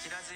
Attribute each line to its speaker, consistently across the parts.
Speaker 1: ラジ。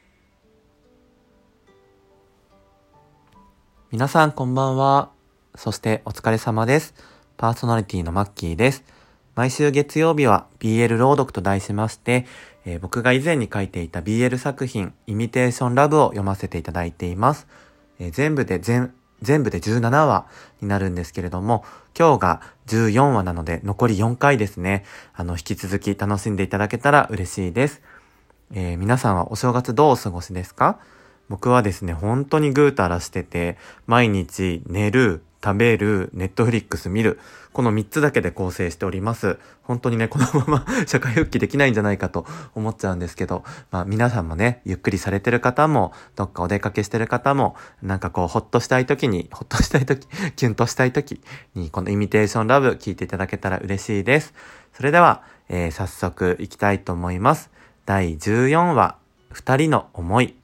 Speaker 2: 皆さんこんばんは。そしてお疲れ様です。パーソナリティのマッキーです。毎週月曜日は BL 朗読と題しまして、僕が以前に書いていた BL 作品イミテーションラブを読ませていただいています。全部で17話になるんですけれども、今日が14話なので残り4回ですね。引き続き楽しんでいただけたら嬉しいです。皆さんはお正月どうお過ごしですか？僕はですね、本当にぐうたらしてて、毎日寝る、食べる、ネットフリックス見る、この3つだけで構成しております。本当にね、このまま社会復帰できないんじゃないかと思っちゃうんですけど、皆さんもね、ゆっくりされてる方も、どっかお出かけしてる方も、なんかこう、ほっとしたい時、キュンとしたい時に、このイミテーションラブ聞いていただけたら嬉しいです。それでは、早速いきたいと思います。第14話、二人の思い。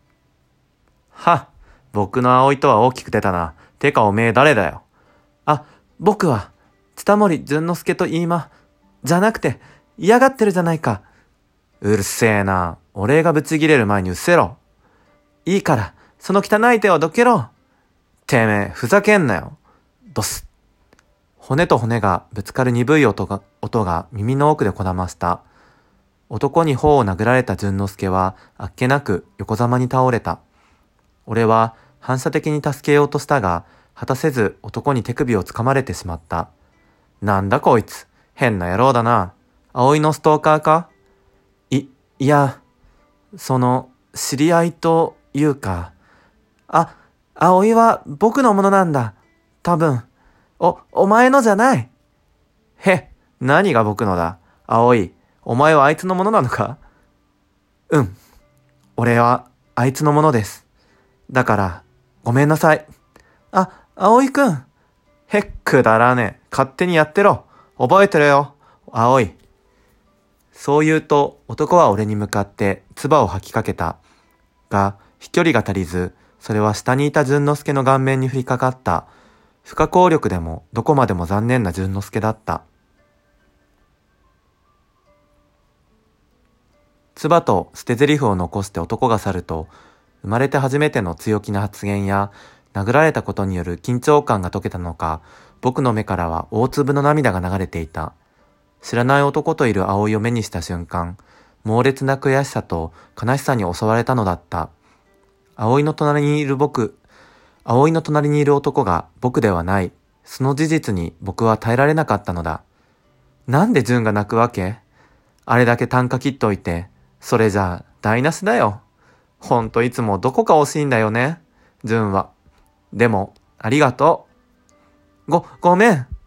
Speaker 2: 僕の葵とは大きく出たな。てかおめえ誰だよ。僕は、蔦森淳之介と言いま。じゃなくて、嫌がってるじゃないか。うるせえな。お礼がブチ切れる前にうせろ。いいから、その汚い手をどけろ。てめえ、ふざけんなよ。ドス。骨と骨がぶつかる鈍い音が耳の奥でこだました。男に頬を殴られた淳之介は、あっけなく横ざまに倒れた。俺は反射的に助けようとしたが、果たせず男に手首をつかまれてしまった。なんだこいつ、変な野郎だな。葵のストーカーか？いや、知り合いというか。葵は僕のものなんだ。多分。お前のじゃない。何が僕のだ。葵、お前はあいつのものなのか？うん。俺はあいつのものです。だから、ごめんなさい。葵くん。くだらねえ。勝手にやってろ。覚えてろよ。葵。そう言うと、男は俺に向かって唾を吐きかけた。が、飛距離が足りず、それは下にいた淳之介の顔面に降りかかった。不可抗力でもどこまでも残念な淳之介だった。唾と捨て台詞を残して男が去ると、生まれて初めての強気な発言や、殴られたことによる緊張感が解けたのか、僕の目からは大粒の涙が流れていた。知らない男といる葵を目にした瞬間、猛烈な悔しさと悲しさに襲われたのだった。葵の隣にいる男が僕ではない。その事実に僕は耐えられなかったのだ。なんで純が泣くわけ？あれだけ啖呵切っといて、それじゃあ台無しだよ。ほんといつもどこか惜しいんだよね、純は。でも、ありがとう。ごめん。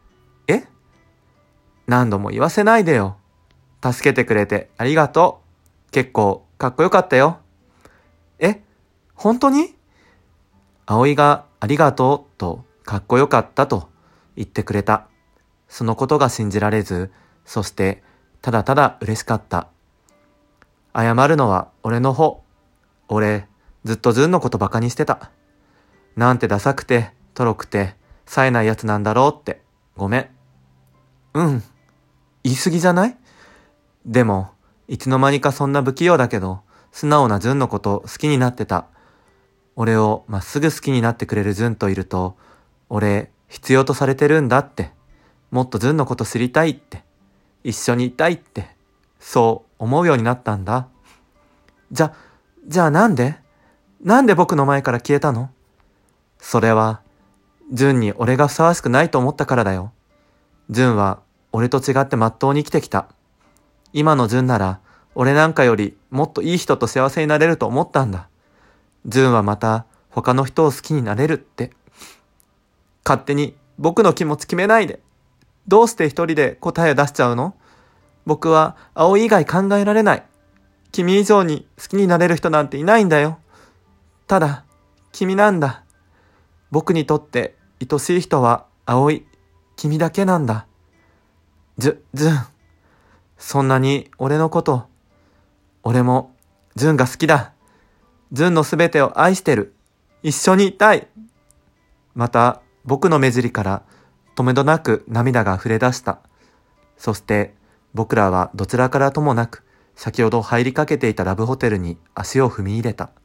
Speaker 2: 何度も言わせないでよ。助けてくれてありがとう。結構かっこよかったよ。本当に？葵がありがとうとかっこよかったと言ってくれた。そのことが信じられず、そしてただただ嬉しかった。謝るのは俺の方。俺、ずっと純のことバカにしてた。なんてダサくて、とろくて、冴えないやつなんだろうって。ごめん。言い過ぎじゃない？でも、いつの間にかそんな不器用だけど、素直な純のこと好きになってた。俺をまっすぐ好きになってくれる純といると、俺、必要とされてるんだって。もっと純のこと知りたいって。一緒にいたいって。そう思うようになったんだ。じゃあなんで僕の前から消えたの？それは、純に俺がふさわしくないと思ったからだよ。純は俺と違ってまっとうに生きてきた。今の純なら、俺なんかよりもっといい人と幸せになれると思ったんだ。純はまた他の人を好きになれるって。勝手に僕の気持ち決めないで。どうして一人で答えを出しちゃうの？僕は葵以外考えられない。君以上に好きになれる人なんていないんだよ。ただ、君なんだ。僕にとって愛しい人は葵、君だけなんだ。純。そんなに俺のこと、俺も純が好きだ。純のすべてを愛してる。一緒にいたい。また僕の目尻からとめどなく涙が溢れ出した。そして僕らはどちらからともなく先ほど入りかけていたラブホテルに足を踏み入れた。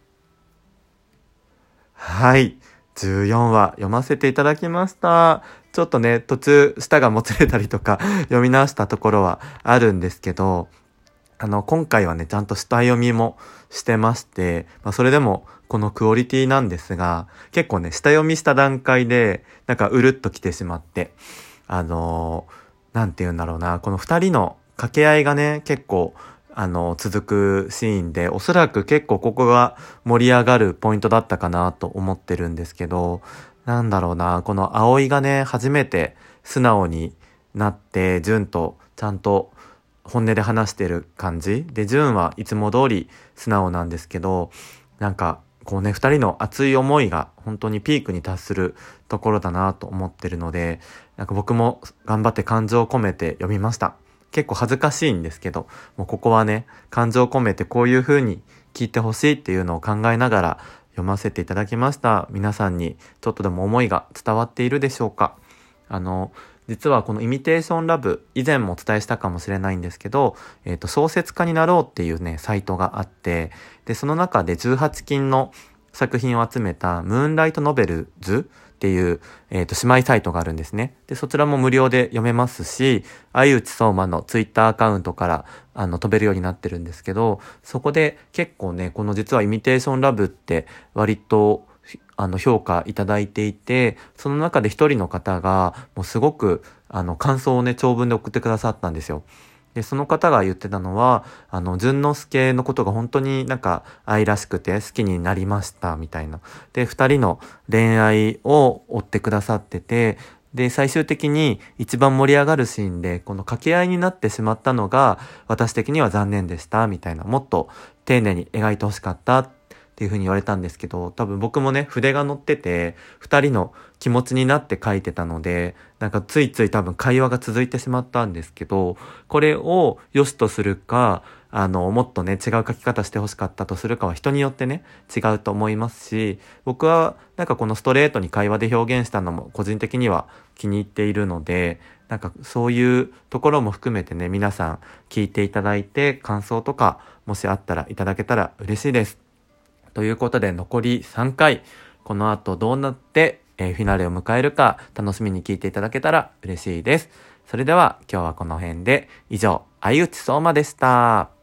Speaker 2: はい。14話読ませていただきました。ちょっとね、途中舌がもつれたりとか読み直したところはあるんですけど、今回はね、ちゃんと下読みもしてまして、それでもこのクオリティなんですが、結構ね、下読みした段階で、なんかうるっと来てしまって、なんて言うんだろうな、この二人の掛け合いがね、結構、続くシーンで、おそらく結構ここが盛り上がるポイントだったかなと思ってるんですけど、なんだろうな、この葵がね、初めて素直になって、純とちゃんと本音で話してる感じで、純はいつも通り素直なんですけど、なんかこうね、二人の熱い思いが本当にピークに達するところだなと思ってるので、なんか僕も頑張って感情を込めて読みました。結構恥ずかしいんですけど、もうここはね、感情を込めてこういう風に聞いてほしいっていうのを考えながら読ませていただきました。皆さんにちょっとでも思いが伝わっているでしょうか。実はこのイミテーションラブ、以前もお伝えしたかもしれないんですけど、小説家になろうっていうね、サイトがあって、で、その中で18禁の作品を集めたムーンライトノベルズっていう、姉妹サイトがあるんですね。で、そちらも無料で読めますし、相内相馬のツイッターアカウントから飛べるようになってるんですけど、そこで結構ね、この実はイミテーションラブって割と評価いただいていて、その中で一人の方がもうすごく感想をね、長文で送ってくださったんですよ。で、その方が言ってたのは、淳之介のことが本当になんか愛らしくて好きになりましたみたいな。で、二人の恋愛を追ってくださってて、で、最終的に一番盛り上がるシーンで、この掛け合いになってしまったのが、私的には残念でした、みたいな。もっと丁寧に描いてほしかったっていう風に言われたんですけど、多分僕もね、筆が乗ってて、二人の気持ちになって書いてたので、なんかついつい多分会話が続いてしまったんですけど、これを良しとするか、もっとね、違う書き方してほしかったとするかは人によってね、違うと思いますし、僕はなんかこのストレートに会話で表現したのも個人的には気に入っているので、なんかそういうところも含めてね、皆さん聞いていただいて感想とかもしあったらいただけたら嬉しいです。ということで残り3回、この後どうなって、フィナーレを迎えるか楽しみに聞いていただけたら嬉しいです。それでは今日はこの辺で以上、相内相馬でした。